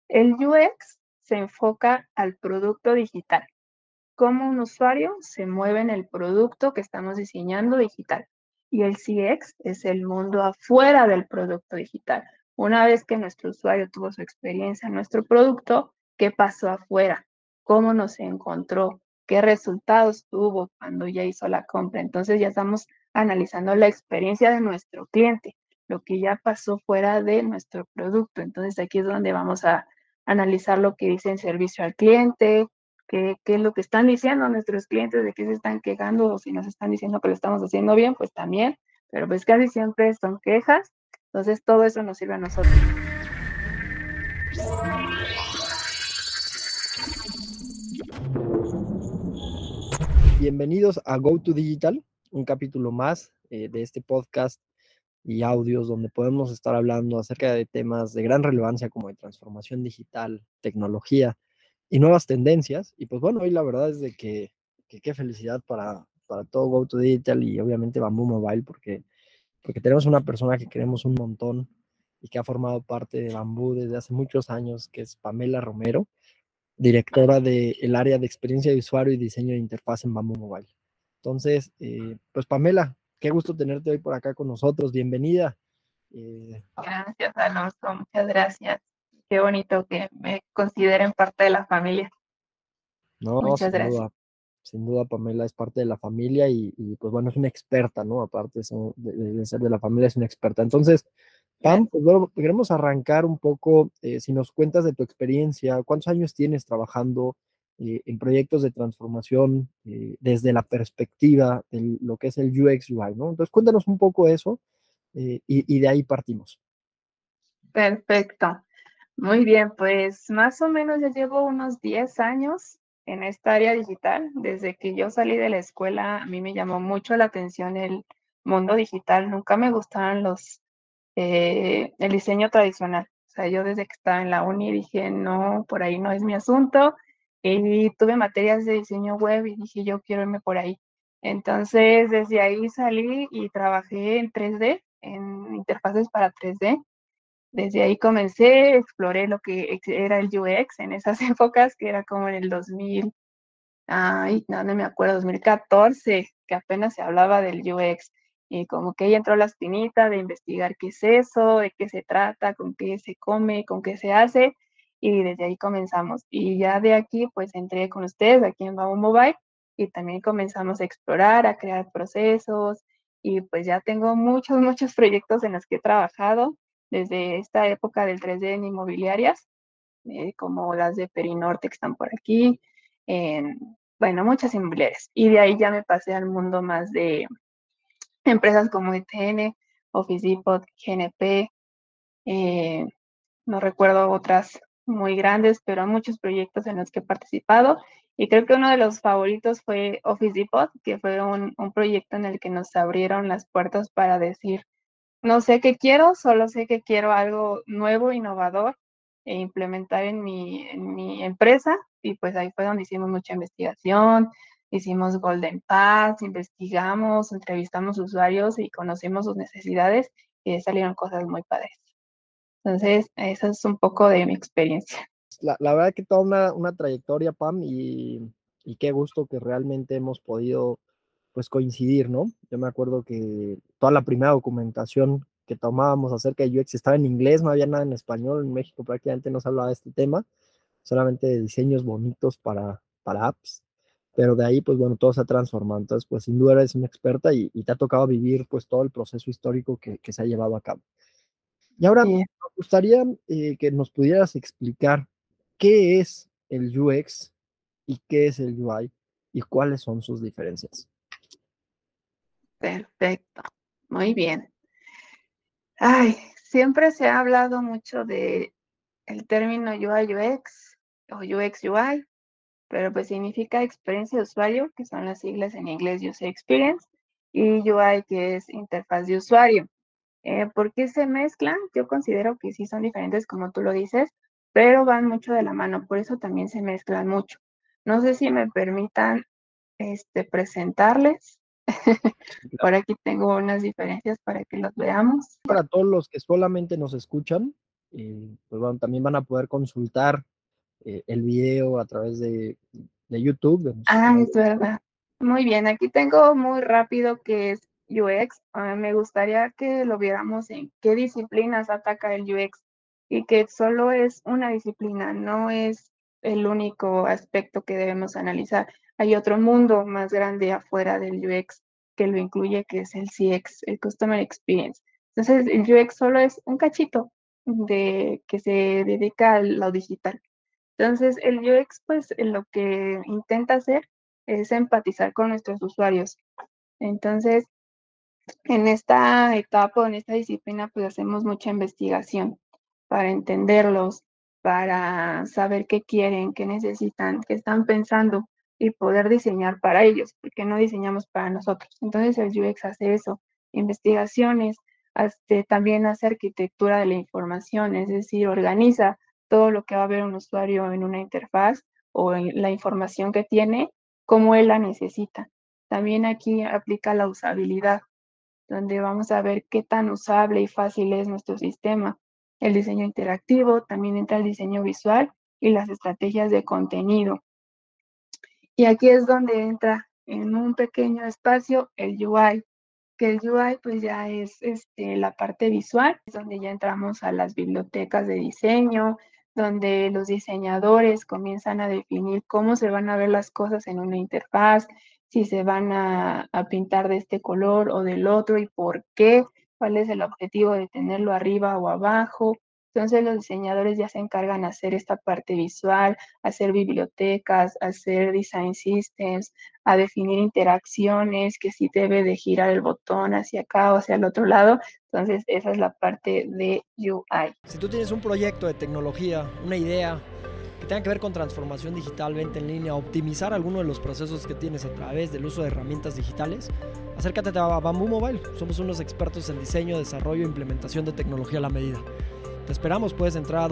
El UX se enfoca al producto digital, cómo un usuario se mueve en el producto que estamos diseñando digital. Y el CX es el mundo afuera del producto digital. Una vez que nuestro usuario tuvo su experiencia en nuestro producto, ¿qué pasó afuera? ¿Cómo nos encontró? ¿Qué resultados tuvo cuando ya hizo la compra? Entonces ya estamos analizando la experiencia de nuestro cliente, lo que ya pasó fuera de nuestro producto. Entonces aquí es donde vamos a analizar lo que dice en servicio al cliente, qué es lo que están diciendo nuestros clientes, de qué se están quejando, o si nos están diciendo que lo estamos haciendo bien, pues también, pero pues casi siempre son quejas, entonces todo eso nos sirve a nosotros. Bienvenidos a Go to Digital, un capítulo más de este podcast y audios donde podemos estar hablando acerca de temas de gran relevancia como de transformación digital, tecnología y nuevas tendencias. Y pues bueno, hoy la verdad es de que qué felicidad para todo Go to Digital y obviamente Bamboo Mobile porque tenemos una persona que queremos un montón y que ha formado parte de Bamboo desde hace muchos años, que es Pamela Romero, directora del área de experiencia de usuario y diseño de interfaz en Bamboo Mobile. Entonces, pues Pamela, qué gusto tenerte hoy por acá con nosotros, bienvenida. Gracias, Alonso, muchas gracias. Qué bonito que me consideren parte de la familia. No, Muchas gracias. sin duda Pamela es parte de la familia y, pues bueno, es una experta, ¿no? Aparte de ser de la familia, es una experta. Entonces, Pam, Gracias. pues bueno, queremos arrancar un poco, si nos cuentas de tu experiencia, ¿cuántos años tienes trabajando en proyectos de transformación desde la perspectiva de lo que es el UX UI, ¿no? Entonces, cuéntanos un poco eso y de ahí partimos. Perfecto. Muy bien, pues más o menos ya llevo unos 10 años en esta área digital. Desde que yo salí de la escuela, a mí me llamó mucho la atención el mundo digital. Nunca me gustaban el diseño tradicional. O sea, yo desde que estaba en la uni dije, no, por ahí no es mi asunto. Y tuve materias de diseño web y dije, yo quiero irme por ahí. Entonces, desde ahí salí y trabajé en 3D, en interfaces para 3D. Desde ahí comencé, exploré lo que era el UX en esas épocas, que era como en el 2000, ay, no me acuerdo, 2014, que apenas se hablaba del UX. Y como que ahí entró la espinita de investigar qué es eso, de qué se trata, con qué se come, con qué se hace. Y desde ahí comenzamos. Y ya de aquí, pues entré con ustedes aquí en Babo Mobile y también comenzamos a explorar, a crear procesos. Y pues ya tengo muchos proyectos en los que he trabajado desde esta época del 3D en inmobiliarias, como las de Perinorte que están por aquí, en, bueno, muchas inmobiliarias. Y de ahí ya me pasé al mundo más de empresas como ETN, Office Depot, GNP, eh, no recuerdo otras muy grandes, pero muchos proyectos en los que he participado. Y creo que uno de los favoritos fue Office Depot, que fue un proyecto en el que nos abrieron las puertas para decir, no sé qué quiero, solo sé que quiero algo nuevo, innovador e implementar en mi empresa. Y pues ahí fue donde hicimos mucha investigación, hicimos Golden Pass, investigamos, entrevistamos usuarios y conocimos sus necesidades y salieron cosas muy padres. Entonces, eso es un poco de mi experiencia. La verdad que toda una trayectoria, Pam, y qué gusto que realmente hemos podido pues coincidir, ¿no? Yo me acuerdo que toda la primera documentación que tomábamos acerca de UX estaba en inglés, no había nada en español, en México prácticamente no se hablaba de este tema, solamente de diseños bonitos para apps, pero de ahí pues bueno, todo se ha transformado, entonces pues sin duda eres una experta y te ha tocado vivir pues todo el proceso histórico que se ha llevado a cabo. Y ahora, me Sí, gustaría que nos pudieras explicar qué es el UX y qué es el UI y cuáles son sus diferencias. perfecto. Muy bien. Ay, siempre se ha hablado mucho de el término UI UX o UX UI, pero pues significa experiencia de usuario, que son las siglas en inglés User Experience, y UI, que es interfaz de usuario. ¿Por qué se mezclan? Yo considero que sí son diferentes, como tú lo dices, pero van mucho de la mano, por eso también se mezclan mucho. No sé si me permitan presentarles. Claro. Por aquí tengo unas diferencias para que los veamos. Para todos los que solamente nos escuchan, pues bueno, también van a poder consultar el video a través de YouTube, de nuestro Ah, canal. es verdad. Muy bien, aquí tengo muy rápido que es UX. Me gustaría que lo viéramos en qué disciplinas ataca el UX y que solo es una disciplina, no es el único aspecto que debemos analizar. Hay otro mundo más grande afuera del UX que lo incluye, que es el CX, el Customer Experience. Entonces, el UX solo es un cachito de que se dedica a lo digital. Entonces, el UX, pues, lo que intenta hacer es empatizar con nuestros usuarios. Entonces, en esta etapa, en esta disciplina, pues hacemos mucha investigación para entenderlos, para saber qué quieren, qué necesitan, qué están pensando y poder diseñar para ellos, porque no diseñamos para nosotros. Entonces el UX hace eso, investigaciones, también hace arquitectura de la información, es decir, organiza todo lo que va a ver un usuario en una interfaz o en la información que tiene, como él la necesita. También aquí aplica la usabilidad, donde vamos a ver qué tan usable y fácil es nuestro sistema. El diseño interactivo, también entra el diseño visual y las estrategias de contenido. Y aquí es donde entra en un pequeño espacio el UI, que el UI pues ya es la parte visual, es donde ya entramos a las bibliotecas de diseño, donde los diseñadores comienzan a definir cómo se van a ver las cosas en una interfaz, si se van a pintar de este color o del otro y por qué, cuál es el objetivo de tenerlo arriba o abajo. Entonces los diseñadores ya se encargan de hacer esta parte visual, hacer bibliotecas, hacer design systems, a definir interacciones, que si debe de girar el botón hacia acá o hacia el otro lado. Entonces, esa es la parte de UI. Si tú tienes un proyecto de tecnología, una idea que tenga que ver con transformación digital, venta en línea, optimizar alguno de los procesos que tienes a través del uso de herramientas digitales, acércate a Bamboo Mobile. Somos unos expertos en diseño, desarrollo e implementación de tecnología a la medida. Te esperamos, puedes entrar a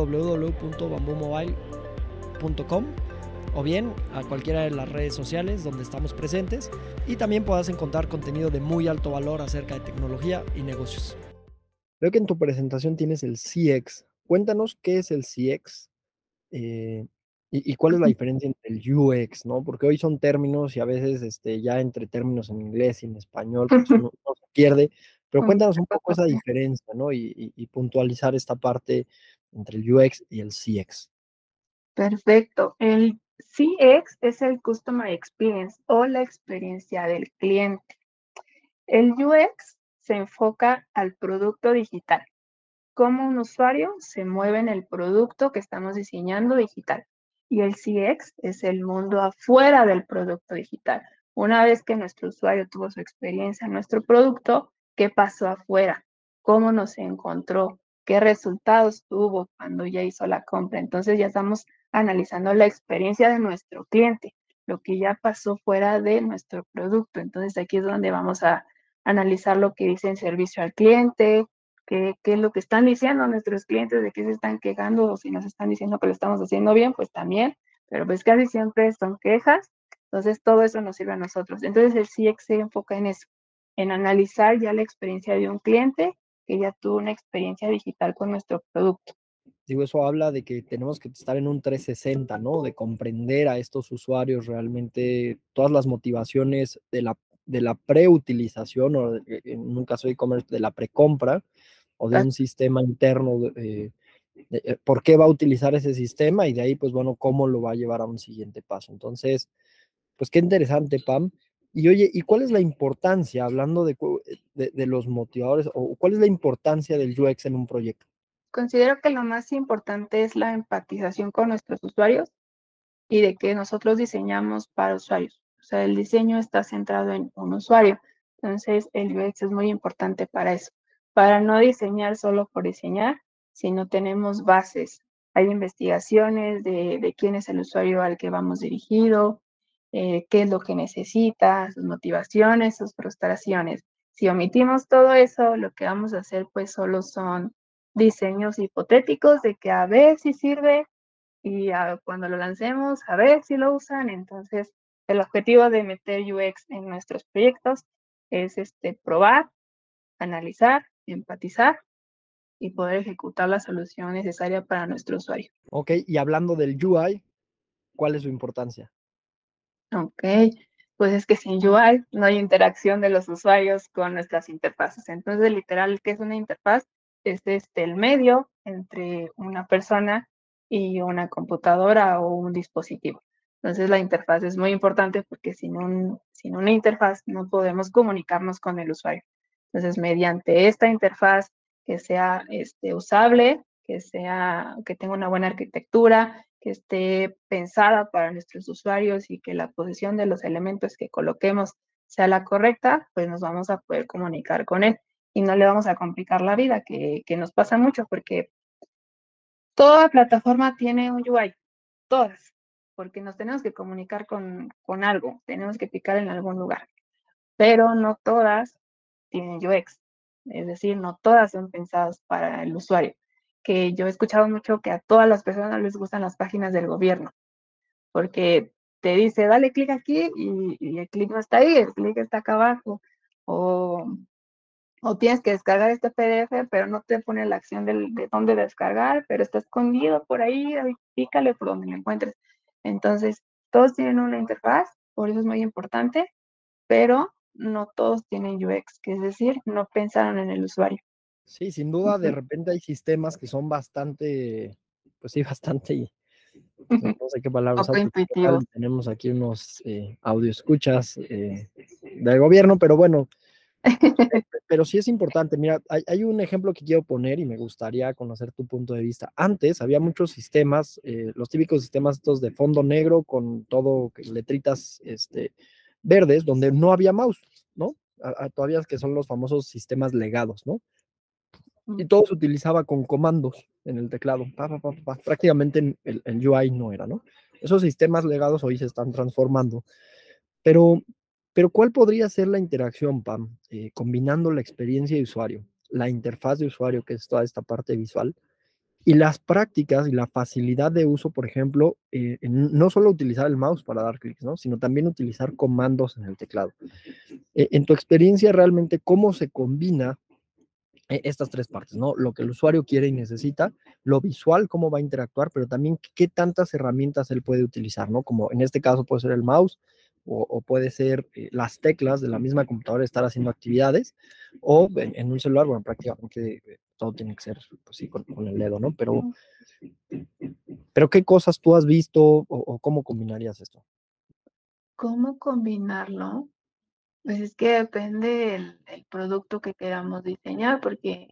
www.bamboomobile.com o bien a cualquiera de las redes sociales donde estamos presentes, y también podrás encontrar contenido de muy alto valor acerca de tecnología y negocios. Veo que en tu presentación tienes el CX. Cuéntanos qué es el CX, eh, y cuál es la diferencia entre el UX, ¿no? Porque hoy son términos y a veces ya entre términos en inglés y en español, pues uno se pierde. Pero cuéntanos un poco esa diferencia, ¿no? Y puntualizar esta parte entre el UX y el CX. Perfecto. El CX es el Customer Experience o la experiencia del cliente. El UX se enfoca al producto digital, cómo un usuario se mueve en el producto que estamos diseñando digital. Y el CX es el mundo afuera del producto digital. Una vez que nuestro usuario tuvo su experiencia en nuestro producto, ¿qué pasó afuera? ¿Cómo nos encontró? ¿Qué resultados tuvo cuando ya hizo la compra? Entonces ya estamos analizando la experiencia de nuestro cliente, lo que ya pasó fuera de nuestro producto. Entonces aquí es donde vamos a analizar lo que dice en servicio al cliente, qué es lo que están diciendo nuestros clientes, de qué se están quejando, o si nos están diciendo que lo estamos haciendo bien, pues también, pero pues casi siempre son quejas, entonces todo eso nos sirve a nosotros. Entonces el CX se enfoca en eso, en analizar ya la experiencia de un cliente que ya tuvo una experiencia digital con nuestro producto. Digo, eso habla de que tenemos que estar en un 360, ¿no? De comprender a estos usuarios realmente todas las motivaciones de la preutilización, o en un caso de e-commerce, de la precompra, o de un sistema interno, por qué va a utilizar ese sistema, y de ahí, pues bueno, cómo lo va a llevar a un siguiente paso. Entonces, pues qué interesante, Pam. Y oye, ¿y cuál es la importancia, hablando de los motivadores, o cuál es la importancia del UX en un proyecto? Considero que lo más importante es la empatización con nuestros usuarios y de que nosotros diseñamos para usuarios. O sea, el diseño está centrado en un usuario. Entonces, el UX es muy importante para eso, para no diseñar solo por diseñar, sino tenemos bases. Hay investigaciones de quién es el usuario al que vamos dirigido, qué es lo que necesita, sus motivaciones, sus frustraciones. Si omitimos todo eso, lo que vamos a hacer pues solo son diseños hipotéticos de que a ver si sirve y cuando lo lancemos, a ver si lo usan. Entonces, el objetivo de meter UX en nuestros proyectos es probar, analizar, empatizar y poder ejecutar la solución necesaria para nuestro usuario. Ok, y hablando del UI, ¿cuál es su importancia? Ok, pues es que sin UI no hay interacción de los usuarios con nuestras interfaces. Entonces, literal, ¿qué es una interfaz? Es el medio entre una persona y una computadora o un dispositivo. Entonces, la interfaz es muy importante porque sin una interfaz no podemos comunicarnos con el usuario. Entonces, mediante esta interfaz que sea usable, que tenga una buena arquitectura, que esté pensada para nuestros usuarios y que la posición de los elementos que coloquemos sea la correcta, pues nos vamos a poder comunicar con él y no le vamos a complicar la vida, que nos pasa mucho porque toda plataforma tiene un UI, todas, porque nos tenemos que comunicar con algo, tenemos que picar en algún lugar, pero no todas tienen UX, es decir, no todas son pensadas para el usuario, que yo he escuchado mucho que a todas las personas les gustan las páginas del gobierno, porque te dice, dale clic aquí y el clic no está ahí, el clic está acá abajo. O, o tienes que descargar este PDF, pero no te pone la acción de dónde descargar, pero está escondido por ahí pícale por donde lo encuentres. Entonces, todos tienen una interfaz, por eso es muy importante, pero no todos tienen UX, que es decir, no pensaron en el usuario. Sí, sin duda, de repente hay sistemas que son bastante, pues sí, bastante, no sé qué palabra usar, Poco porque intuitivo. igual tenemos aquí unos audio escuchas del gobierno, pero bueno, pero sí es importante. Mira, hay un ejemplo que quiero poner y me gustaría conocer tu punto de vista. Antes había muchos sistemas, los típicos sistemas estos de fondo negro con todo letritas verdes, donde no había mouse, ¿no? Todavía que son los famosos sistemas legados, ¿no? Y todo se utilizaba con comandos en el teclado. Prácticamente el UI no era, ¿no? Esos sistemas legados hoy se están transformando. Pero, pero ¿cuál podría ser la interacción, Pam, combinando la experiencia de usuario, la interfaz de usuario, que es toda esta parte visual, y las prácticas y la facilidad de uso, por ejemplo, no solo utilizar el mouse para dar clics, ¿no? Sino también utilizar comandos en el teclado? En tu experiencia, realmente, ¿cómo se combina estas tres partes, ¿no? Lo que el usuario quiere y necesita, lo visual, cómo va a interactuar, pero también qué tantas herramientas él puede utilizar, ¿no? Como en este caso puede ser el mouse o puede ser las teclas de la misma computadora estar haciendo actividades o en un celular, bueno, prácticamente todo tiene que ser, pues sí, con el dedo, ¿no? Pero ¿qué cosas tú has visto o cómo combinarías esto? ¿Cómo combinarlo? Pues es que depende el producto que queramos diseñar, porque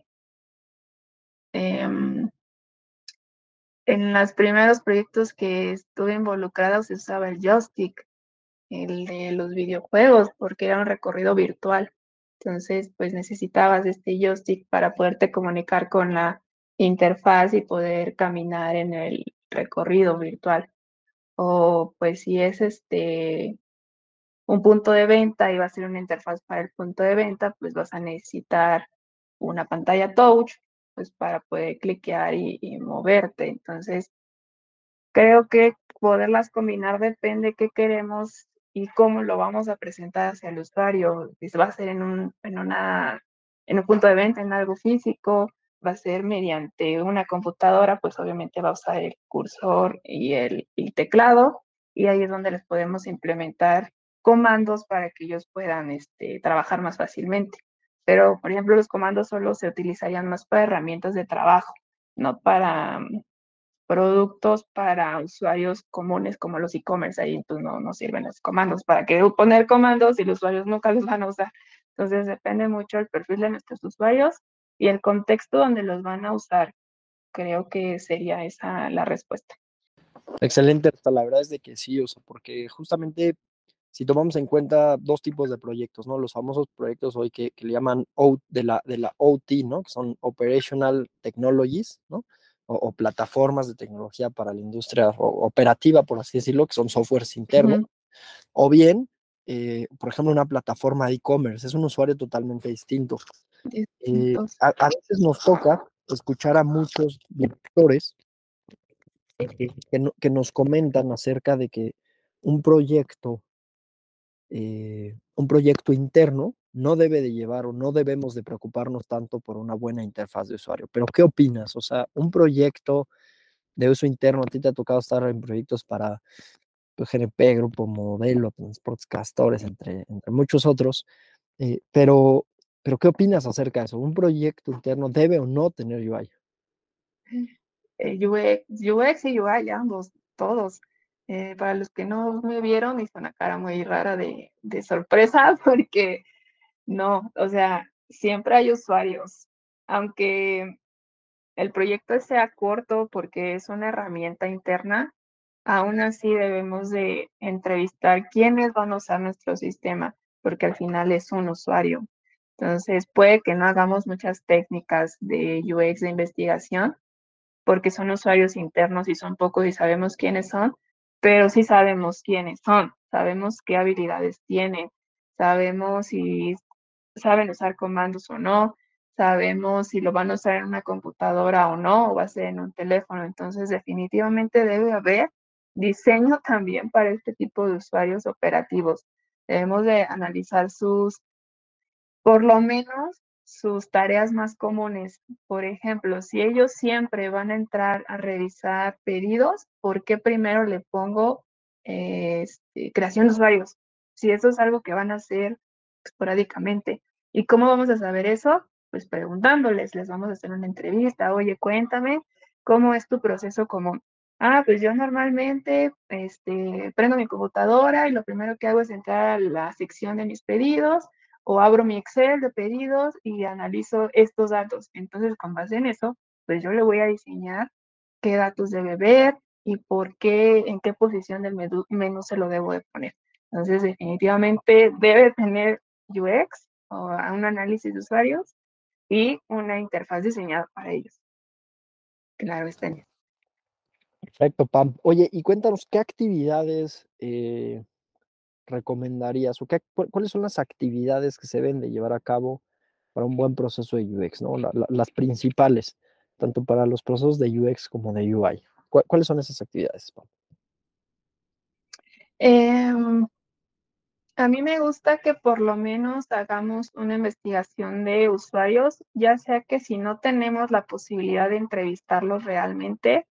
em, en los primeros proyectos que estuve involucrada se usaba el joystick, el de los videojuegos, porque era un recorrido virtual. Entonces, pues necesitabas este joystick para poderte comunicar con la interfaz y poder caminar en el recorrido virtual. O pues si es un punto de venta y va a ser una interfaz para el punto de venta, pues vas a necesitar una pantalla touch, pues para poder cliquear y moverte. Entonces, creo que poderlas combinar depende qué queremos y cómo lo vamos a presentar hacia el usuario. Si va a ser en un punto de venta, en algo físico, va a ser mediante una computadora, pues obviamente va a usar el cursor y el teclado, y ahí es donde les podemos implementar comandos para que ellos puedan trabajar más fácilmente. Pero, por ejemplo, los comandos solo se utilizarían más para herramientas de trabajo, no para productos para usuarios comunes como los e-commerce. Ahí pues no sirven los comandos. ¿Para qué poner comandos si los usuarios nunca los van a usar? Entonces depende mucho el perfil de nuestros usuarios y el contexto donde los van a usar. Creo que sería esa la respuesta. Excelente, la verdad es de que sí, o sea, porque justamente si tomamos en cuenta dos tipos de proyectos, ¿no? Los famosos proyectos hoy que le llaman de la OT, ¿no? Que son Operational Technologies, ¿no? O plataformas de tecnología para la industria operativa, por así decirlo, que son softwares internos, Ujú. o bien, por ejemplo, una plataforma de e-commerce, es un usuario totalmente distinto. Distintos. A veces nos toca escuchar a muchos directores que nos comentan acerca de que un proyecto un proyecto interno no debe de llevar o no debemos de preocuparnos tanto por una buena interfaz de usuario. Pero, ¿qué opinas? O sea, un proyecto de uso interno, a ti te ha tocado estar en proyectos para pues, GNP, Grupo Modelo, Transportes Castores, entre muchos otros, pero, ¿qué opinas acerca de eso? ¿Un proyecto interno debe o no tener UI? UX y UI, ambos, todos. Para los que no me vieron, hice una cara muy rara de sorpresa porque no, o sea, siempre hay usuarios, aunque el proyecto sea corto porque es una herramienta interna, aún así debemos de entrevistar quiénes van a usar nuestro sistema, porque al final es un usuario. Entonces, puede que no hagamos muchas técnicas de UX de investigación, porque son usuarios internos y son pocos y sabemos quiénes son, pero sí sabemos quiénes son, sabemos qué habilidades tienen, sabemos si saben usar comandos o no, sabemos si lo van a usar en una computadora o no, o va a ser en un teléfono. Entonces, definitivamente debe haber diseño también para este tipo de usuarios operativos. Debemos de analizar por lo menos sus tareas más comunes. Por ejemplo, si ellos siempre van a entrar a revisar pedidos, ¿por qué primero le pongo creación de usuarios? Si eso es algo que van a hacer esporádicamente. ¿Y cómo vamos a saber eso? Pues preguntándoles, les vamos a hacer una entrevista. Oye, cuéntame, ¿cómo es tu proceso común? Ah, pues yo normalmente prendo mi computadora y lo primero que hago es entrar a la sección de mis pedidos o abro mi Excel de pedidos y analizo estos datos. Entonces, con base en eso, pues yo le voy a diseñar qué datos debe ver y por qué, en qué posición del menú se lo debo de poner. Entonces, definitivamente debe tener UX o un análisis de usuarios y una interfaz diseñada para ellos. Claro, está en eso. Perfecto, Pam. Oye, y cuéntanos, ¿qué actividades recomendarías o cuáles son las actividades que se deben de llevar a cabo para un buen proceso de UX, ¿no? Las principales, tanto para los procesos de UX como de UI. ¿Cuáles son esas actividades, Pam? Eh, A mí me gusta que por lo menos hagamos una investigación de usuarios, ya sea que si no tenemos la posibilidad de entrevistarlos realmente,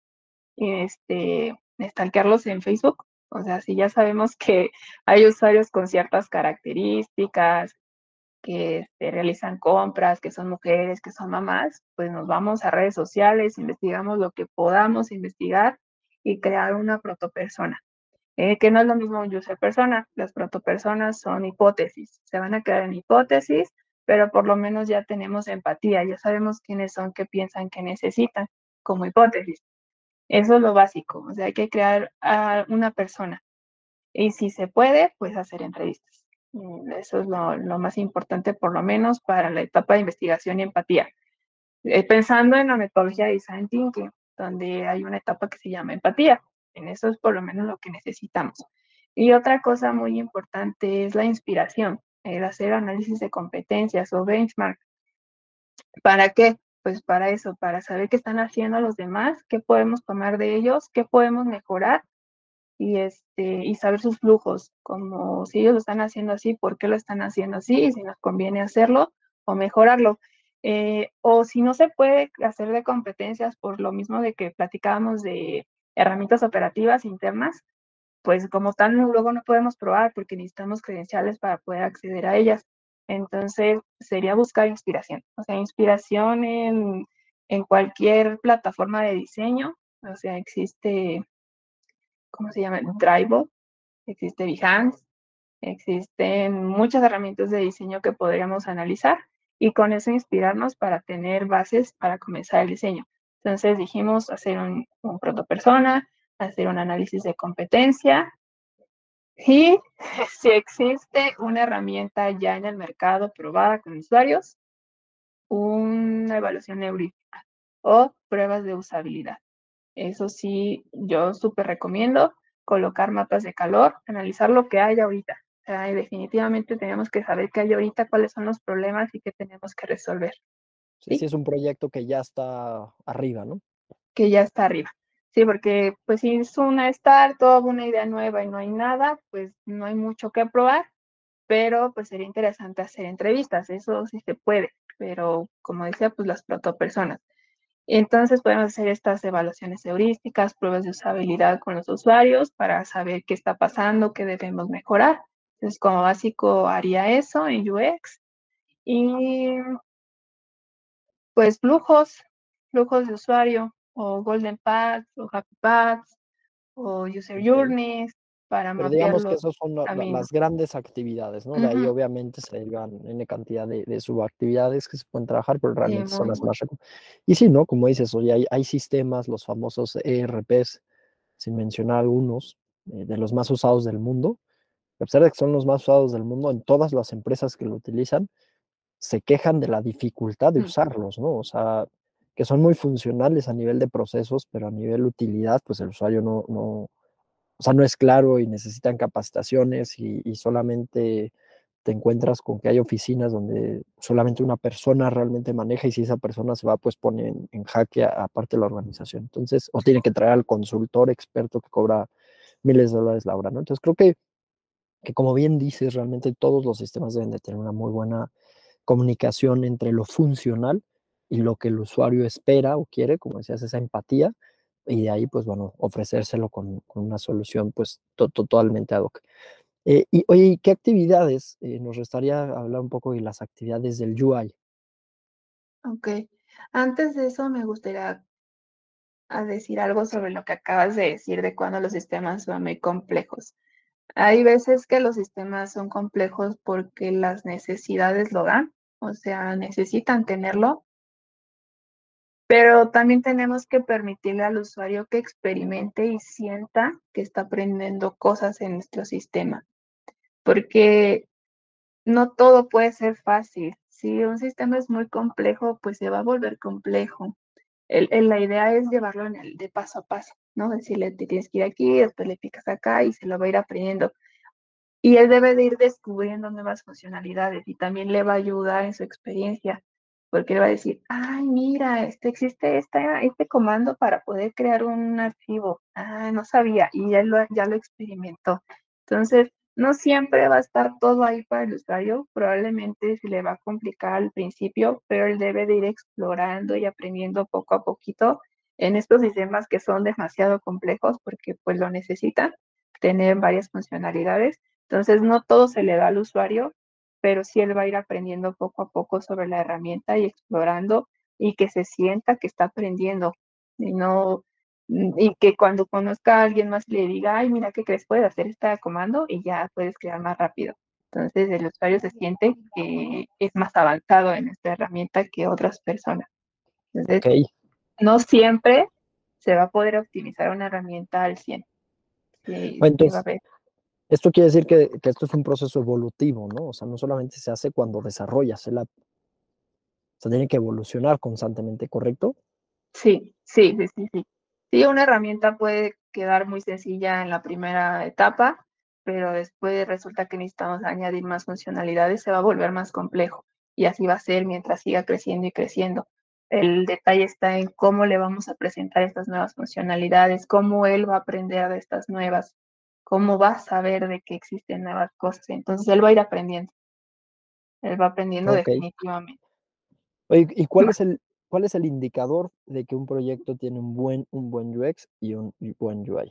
stalkearlos en Facebook. O sea, si ya sabemos que hay usuarios con ciertas características, que realizan compras, que son mujeres, que son mamás, pues nos vamos a redes sociales, investigamos lo que podamos investigar y crear una protopersona. Que no es lo mismo un user persona, las protopersonas son hipótesis, se van a quedar en hipótesis, pero por lo menos ya tenemos empatía, ya sabemos quiénes son, qué piensan, qué necesitan, como hipótesis. Eso es lo básico, o sea, hay que crear a una persona y si se puede, pues hacer entrevistas. Eso es lo más importante, por lo menos para la etapa de investigación y empatía. Pensando en la metodología de Design Thinking, donde hay una etapa que se llama empatía. En eso es por lo menos lo que necesitamos. Y otra cosa muy importante es la inspiración, el hacer análisis de competencias o benchmark. ¿Para qué? Pues para eso, para saber qué están haciendo los demás, qué podemos tomar de ellos, qué podemos mejorar y saber sus flujos, como si ellos lo están haciendo así, por qué lo están haciendo así, y si nos conviene hacerlo o mejorarlo. O si no se puede hacer de competencias por lo mismo de que platicábamos de herramientas operativas internas, pues como tal luego no podemos probar porque necesitamos credenciales para poder acceder a ellas. Entonces sería buscar inspiración, o sea, inspiración en cualquier plataforma de diseño, o sea, existe, ¿cómo se llama? Drive, existe Behance, existen muchas herramientas de diseño que podríamos analizar y con eso inspirarnos para tener bases para comenzar el diseño. Entonces dijimos hacer un protopersona, hacer un análisis de competencia y si existe una herramienta ya en el mercado probada con usuarios, una evaluación heurística o pruebas de usabilidad. Eso sí, yo súper recomiendo colocar mapas de calor, analizar lo que hay ahorita. O sea, y definitivamente tenemos que saber qué hay ahorita, cuáles son los problemas y qué tenemos que resolver. Sí, sí, ¿Sí? es un proyecto que ya está arriba, ¿no? Que ya está arriba. Sí, porque pues si es una startup, una idea nueva y no hay nada, pues no hay mucho que probar. pero pues sería interesante hacer entrevistas, eso sí se puede, pero como decía, pues las protopersonas. Entonces podemos hacer estas evaluaciones heurísticas, pruebas de usabilidad con los usuarios para saber qué está pasando, qué debemos mejorar. Entonces, como básico haría eso en UX. Y pues flujos de usuario, o Golden Paths, o Happy Paths, o User Ok. Journeys, para Pero digamos que mapearlos esos son caminos. las grandes actividades, ¿no? De ahí Ujú. obviamente se derivan N cantidad de subactividades que se pueden trabajar, pero Sí, realmente son muy las bueno. más Y sí, ¿no? Como dices, oye, hay sistemas, los famosos ERPs, sin mencionar algunos, de los más usados del mundo. A pesar de que son los más usados del mundo, en todas las empresas que lo utilizan, se quejan de la dificultad de Mm. usarlos, ¿no? O sea, que son muy funcionales a nivel de procesos, pero a nivel utilidad, pues el usuario o sea, no es claro y necesitan capacitaciones y solamente te encuentras con que hay oficinas donde solamente una persona realmente maneja y si esa persona se va, pues pone en jaque aparte la organización. Entonces, o tiene que traer al consultor experto que cobra miles de dólares la hora, ¿no? Entonces, creo que como bien dices, realmente todos los sistemas deben de tener una muy buena comunicación entre lo funcional y lo que el usuario espera o quiere, como decías, esa empatía, y de ahí, pues bueno, ofrecérselo con una solución pues totalmente ad hoc. Y oye, ¿y qué actividades? Nos restaría hablar un poco de las actividades del UI. Ok. Antes de eso, me gustaría decir algo sobre lo que acabas de decir de cuando los sistemas son muy complejos. Hay veces que los sistemas son complejos porque las necesidades lo dan, o sea, necesitan tenerlo, pero también tenemos que permitirle al usuario que experimente y sienta que está aprendiendo cosas en nuestro sistema, porque no todo puede ser fácil. Si un sistema es muy complejo, pues se va a volver complejo. La idea es llevarlo de paso a paso, ¿no? Decirle, te tienes que ir aquí, después le picas acá y se lo va a ir aprendiendo. Y él debe de ir descubriendo nuevas funcionalidades y también le va a ayudar en su experiencia, porque él va a decir, ay, mira, existe este comando para poder crear un archivo. Ah, no sabía, y ya lo experimentó. Entonces, no siempre va a estar todo ahí para el usuario, probablemente se le va a complicar al principio, pero él debe de ir explorando y aprendiendo poco a poquito en estos sistemas que son demasiado complejos porque pues lo necesitan tener varias funcionalidades. Entonces, no todo se le da al usuario, pero sí él va a ir aprendiendo poco a poco sobre la herramienta y explorando y que se sienta que está aprendiendo y no y que cuando conozca a alguien más le diga, ay, mira, ¿qué crees? Puedes hacer este comando y ya puedes crear más rápido. Entonces, el usuario se siente que es más avanzado en esta herramienta que otras personas. Ok. Entonces, no siempre se va a poder optimizar una herramienta al 100. Sí, Bueno, sí va a entonces, haber. esto quiere decir que esto es un proceso evolutivo, ¿no? O sea, no solamente se hace cuando desarrollas el app, o sea, tiene que evolucionar constantemente, ¿correcto? Sí, sí, sí, sí, sí. Sí, una herramienta puede quedar muy sencilla en la primera etapa, pero después resulta que necesitamos añadir más funcionalidades, se va a volver más complejo y así va a ser mientras siga creciendo y creciendo. El detalle está en cómo le vamos a presentar estas nuevas funcionalidades, cómo él va a aprender de estas nuevas, cómo va a saber de que existen nuevas cosas. Entonces él va a ir aprendiendo, él va aprendiendo Ok. definitivamente. Oye, ¿y cuál es el indicador de que un proyecto tiene un buen UX y un buen UI?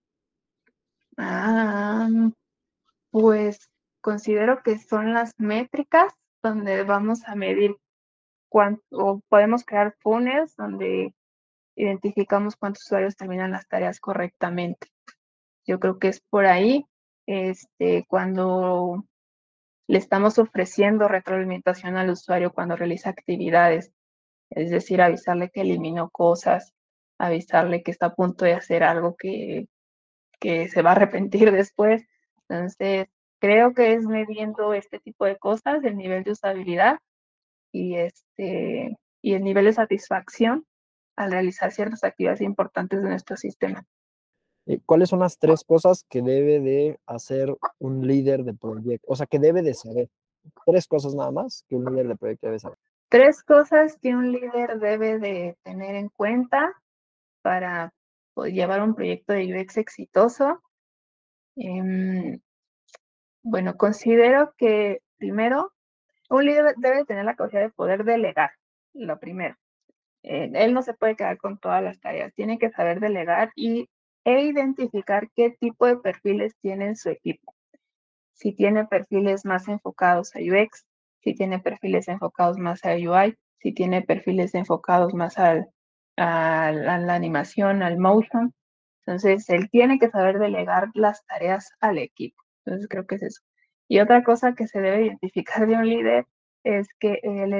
Ah, pues considero que son las métricas donde vamos a medir cuánto, o podemos crear funnels donde identificamos cuántos usuarios terminan las tareas correctamente. Yo creo que es por ahí, cuando le estamos ofreciendo retroalimentación al usuario cuando realiza actividades, es decir, avisarle que eliminó cosas, avisarle que está a punto de hacer algo que se va a arrepentir después. Entonces, creo que es midiendo este tipo de cosas, el nivel de usabilidad y, y el nivel de satisfacción al realizar ciertas actividades importantes de nuestro sistema. ¿Cuáles son las tres cosas que debe de hacer un líder de proyecto? O sea, que debe de saber. Tres cosas nada más que un líder de proyecto debe saber. Tres cosas que un líder debe de tener en cuenta para llevar un proyecto de UX exitoso. Bueno, considero que primero un líder debe tener la capacidad de poder delegar, lo primero. Él no se puede quedar con todas las tareas, tiene que saber delegar e identificar qué tipo de perfiles tiene en su equipo. Si tiene perfiles más enfocados a UX, si tiene perfiles enfocados más a UI, si tiene perfiles enfocados más a la animación, al motion. Entonces, él tiene que saber delegar las tareas al equipo. Entonces, creo que es eso. Y otra cosa que se debe identificar de un líder es que él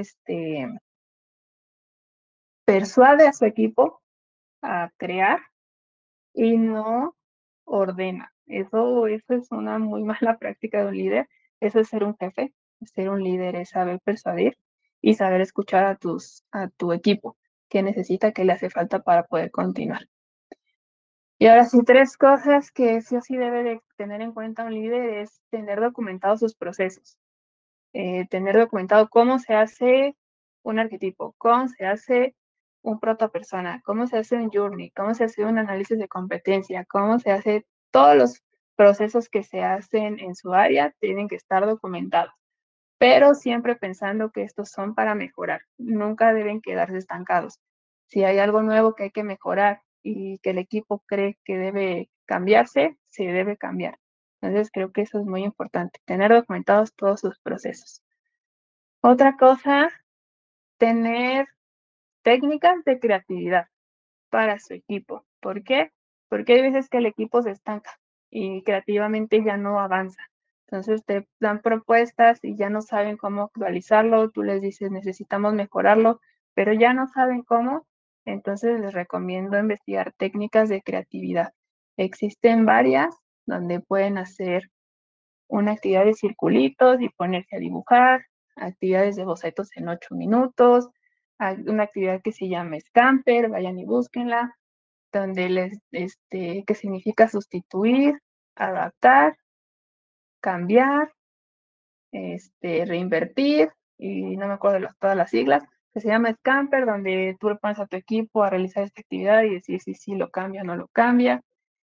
persuade a su equipo a crear y no ordena. Eso es una muy mala práctica de un líder. Eso es ser un jefe. Ser un líder es saber persuadir y saber escuchar a tu equipo, qué necesita, qué le hace falta para poder continuar. Y ahora sí, tres cosas que sí o sí debe de tener en cuenta un líder es tener documentados sus procesos. Tener documentado cómo se hace un arquetipo, cómo se hace un protopersona, cómo se hace un journey, cómo se hace un análisis de competencia, cómo se hace todos los procesos que se hacen en su área tienen que estar documentados, pero siempre pensando que estos son para mejorar, nunca deben quedarse estancados. Si hay algo nuevo que hay que mejorar y que el equipo cree que debe cambiarse, se debe cambiar. Entonces creo que eso es muy importante, tener documentados todos sus procesos. Otra cosa, tener técnicas de creatividad para su equipo. ¿Por qué? Porque hay veces que el equipo se estanca y creativamente ya no avanza. Entonces te dan propuestas y ya no saben cómo actualizarlo, tú les dices necesitamos mejorarlo, pero ya no saben cómo. Entonces les recomiendo investigar técnicas de creatividad. Existen varias donde pueden hacer una actividad de circulitos y ponerse a dibujar, actividades de bocetos en 8 minutos, una actividad que se llama Scamper, vayan y búsquenla, donde que significa sustituir, adaptar, cambiar, reinvertir, y no me acuerdo de todas las siglas, que se llama Scamper, donde tú le pones a tu equipo a realizar esta actividad y decir si sí lo cambia o no lo cambia.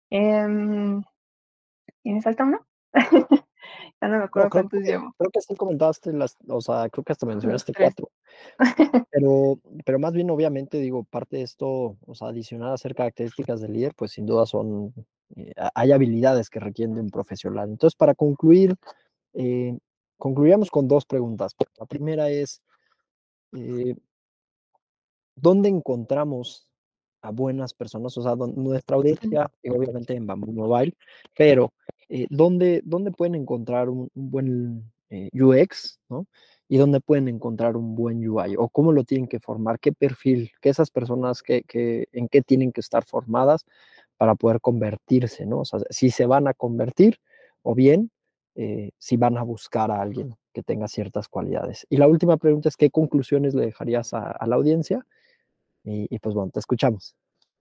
¿Y me falta uno? Ya no me No, acuerdo cuántos llevo. creo que sí comentaste o sea, creo que hasta Los mencionaste tres. 4, pero más bien, obviamente, digo, parte de esto, o sea, adicional a ser características del líder, pues sin duda son, hay habilidades que requieren de un profesional. Entonces, para concluir, eh, concluiríamos con 2 preguntas. La primera es, eh, ¿dónde encontramos a buenas personas? O sea, nuestra audiencia, y obviamente en Bamboo Mobile, pero ¿dónde pueden encontrar un buen UX, ¿no? Y dónde pueden encontrar un buen UI, o cómo lo tienen que formar, qué perfil, que esas personas en qué tienen que estar formadas para poder convertirse, ¿no? O sea, si se van a convertir o bien si van a buscar a alguien que tenga ciertas cualidades. Y la última pregunta es, ¿qué conclusiones le dejarías a la audiencia? Pues bueno, te escuchamos.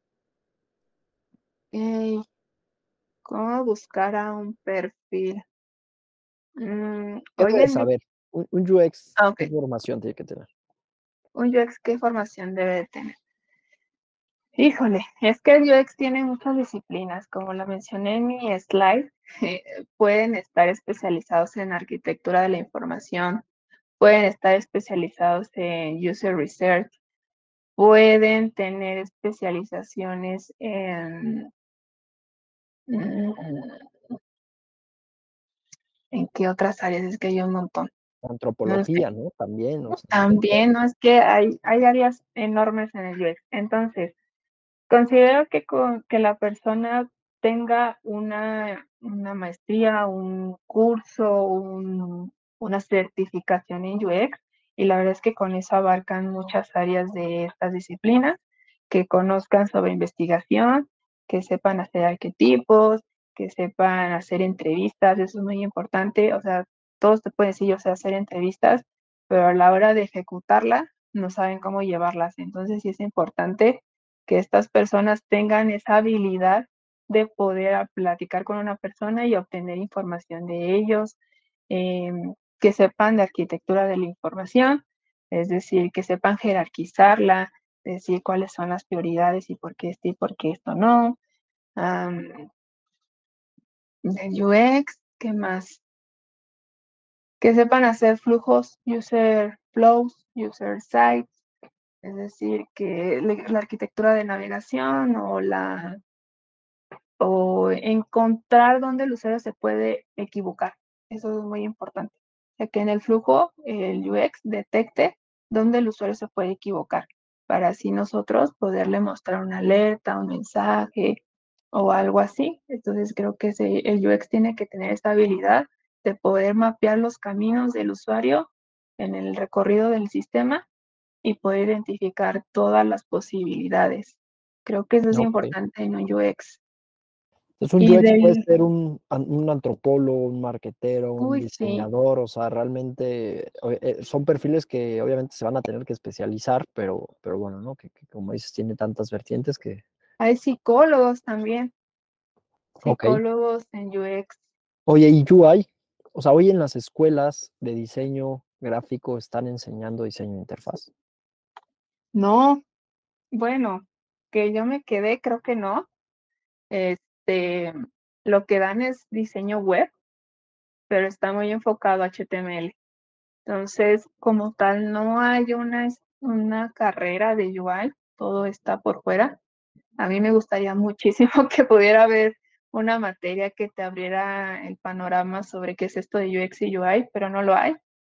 Ok, ¿cómo buscar a un perfil? ¿Qué Hoy debes en día, saber? Un UX, ok, ¿qué formación tiene que tener? un UX, ¿qué formación debe de tener? Híjole, es que el UX tiene muchas disciplinas, como la mencioné en mi slide, pueden estar especializados en arquitectura de la información, pueden estar especializados en user research, pueden tener especializaciones mm, ¿en qué otras áreas? Es que hay un montón. No sé. Antropología, ¿no? También, o sea, También, no es que hay áreas enormes en el UX. Entonces, considero que la persona tenga una maestría, un curso, una certificación en UX, y la verdad es que con eso abarcan muchas áreas de estas disciplinas, que conozcan sobre investigación, que sepan hacer arquetipos, que sepan hacer entrevistas, eso es muy importante. O sea, todos te pueden decir, yo sé hacer entrevistas, pero a la hora de ejecutarlas no saben cómo llevarlas. Entonces sí es importante que estas personas tengan esa habilidad de poder platicar con una persona y obtener información de ellos, eh, que sepan de arquitectura de la información, es decir, que sepan jerarquizarla, decir cuáles son las prioridades y por qué esto y por qué esto no. De UX, ¿qué más? que sepan hacer flujos, user flows, user sites, es decir, que la arquitectura de navegación o encontrar dónde el usuario se puede equivocar. Eso es muy importante. O sea, que en el flujo el UX detecte dónde el usuario se puede equivocar, para así nosotros poderle mostrar una alerta, un mensaje o algo así. Entonces creo que el UX tiene que tener esta habilidad de poder mapear los caminos del usuario en el recorrido del sistema y poder identificar todas las posibilidades. Creo que eso es Ok. importante en un UX. Entonces, un Y UX puede del, ser un antropólogo, un marquetero, un uy, sí, diseñador, o sea, realmente son perfiles que obviamente se van a tener que especializar, pero bueno, ¿no? Que como dices, tiene tantas vertientes que, hay psicólogos también, ok. psicólogos en UX. Oye, ¿y UI? O sea, hoy en las escuelas de diseño gráfico están enseñando diseño de interfaz. No, bueno, que yo me quedé, creo que no. Este, lo que dan es diseño web, pero está muy enfocado a HTML. Entonces, como tal, no hay una carrera de UI, todo está por fuera. A mí me gustaría muchísimo que pudiera haber una materia que te abriera el panorama sobre qué es esto de UX y UI, pero no lo hay.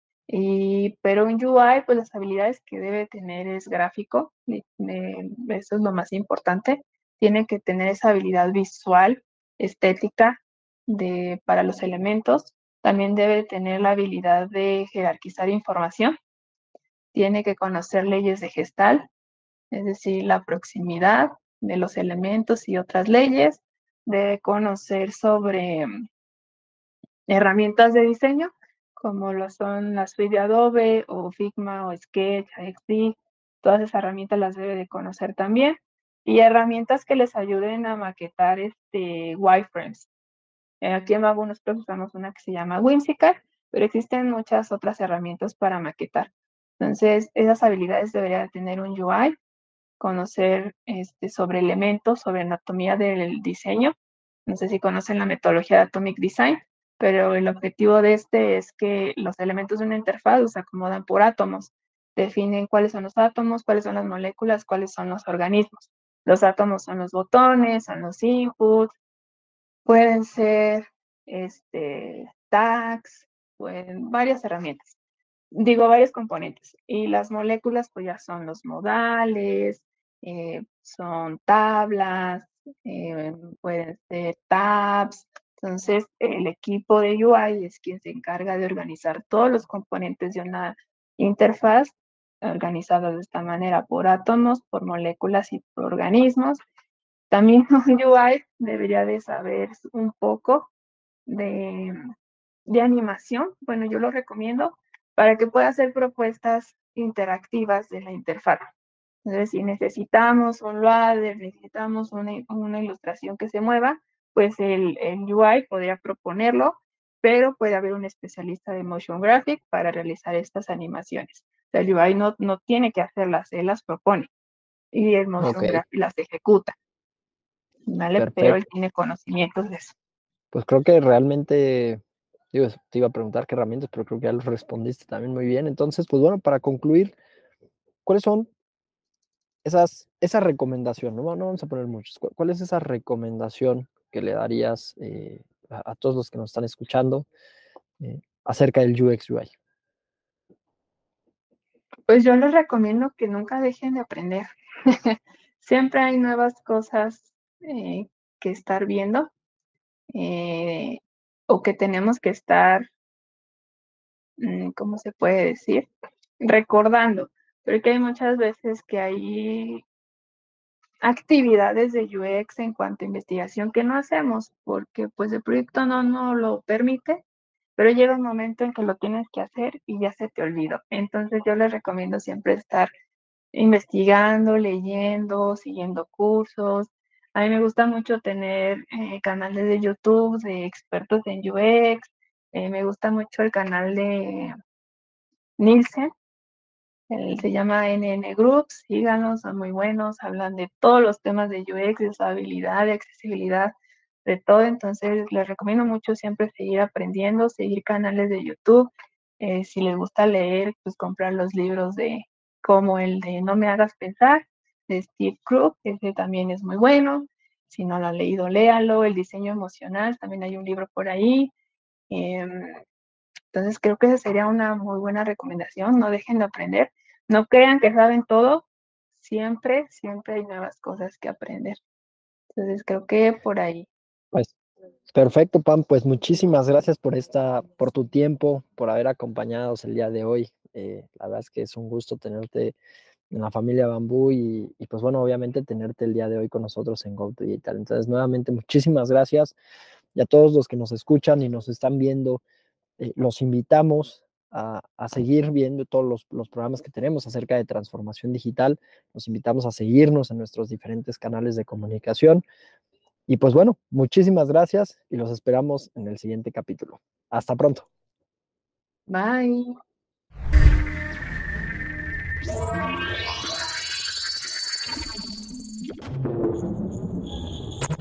Pero un UI, pues las habilidades que debe tener es gráfico, eso es lo más importante. Tiene que tener esa habilidad visual, estética para los elementos. También debe tener la habilidad de jerarquizar información. Tiene que conocer leyes de Gestalt, es decir, la proximidad de los elementos y otras leyes. Debe conocer sobre herramientas de diseño, como lo son la suite de Adobe o Figma o Sketch, XD. Todas esas herramientas las debe de conocer también. Y herramientas que les ayuden a maquetar wireframes. Aquí en Mabu nosotros usamos una que se llama Whimsical, pero existen muchas otras herramientas para maquetar. Entonces, esas habilidades debería de tener un UI, conocer sobre elementos, sobre anatomía del diseño. No sé si conocen la metodología de Atomic Design, pero el objetivo de es que los elementos de una interfaz se acomodan por átomos. Definen cuáles son los átomos, cuáles son las moléculas, cuáles son los organismos. Los átomos son los botones, son los inputs, pueden ser tags, varias herramientas, digo, varios componentes. Y las moléculas, pues ya son los modales, son tablas, pueden ser tabs. Entonces, el equipo de UI es quien se encarga de organizar todos los componentes de una interfaz, organizados de esta manera por átomos, por moléculas y por organismos. También un UI debería de saber un poco de, de animación. Bueno, yo lo recomiendo para que pueda hacer propuestas interactivas de la interfaz. Entonces, si necesitamos un ladder, necesitamos una ilustración que se mueva, pues el UI podría proponerlo, pero puede haber un especialista de motion graphic para realizar estas animaciones. O sea, el UI no tiene que hacerlas, él las propone y el Ok, motion graphic las ejecuta, ¿vale? Pero él perfecto. tiene conocimientos de eso. Pues creo que realmente, digo, te iba a preguntar qué herramientas, pero creo que ya los respondiste también muy bien. Entonces, pues bueno, para concluir, ¿cuáles son esa recomendación? No vamos a poner muchos. ¿Cuál es esa recomendación que le darías a todos los que nos están escuchando acerca del UX UI? Pues yo les recomiendo que nunca dejen de aprender. Siempre hay nuevas cosas que estar viendo eh, o que tenemos que estar, ¿cómo se puede decir? Recordando, porque hay muchas veces que hay actividades de UX en cuanto a investigación que no hacemos porque pues el proyecto no lo permite, pero llega un momento en que lo tienes que hacer y ya se te olvidó. Entonces yo les recomiendo siempre estar investigando, leyendo, siguiendo cursos. A mí me gusta mucho tener canales de YouTube de expertos en UX. Me gusta mucho el canal de Nielsen, se llama NN Groups. Síganos, son muy buenos, hablan de todos los temas de UX, de usabilidad, de accesibilidad, de todo. Entonces les recomiendo mucho siempre seguir aprendiendo, seguir canales de YouTube, Si les gusta leer, pues comprar los libros de como el de No me hagas pensar, de Steve Krug, ese también es muy bueno. Si no lo han leído, léalo. El diseño emocional, también hay un libro por ahí. Em, entonces creo que esa sería una muy buena recomendación. No dejen de aprender. No crean que saben todo. Siempre, siempre hay nuevas cosas que aprender. Entonces creo que por ahí. Pues perfecto, Pam. Pues muchísimas gracias por tu tiempo, por haber acompañados el día de hoy. La verdad es que es un gusto tenerte en la familia Bambú y pues bueno, obviamente tenerte el día de hoy con nosotros en Go Digital. Entonces, nuevamente, muchísimas gracias y a todos los que nos escuchan y nos están viendo, los invitamos a seguir viendo todos los programas que tenemos acerca de transformación digital. Los invitamos a seguirnos en nuestros diferentes canales de comunicación. Y pues bueno, muchísimas gracias y los esperamos en el siguiente capítulo. Hasta pronto. Bye.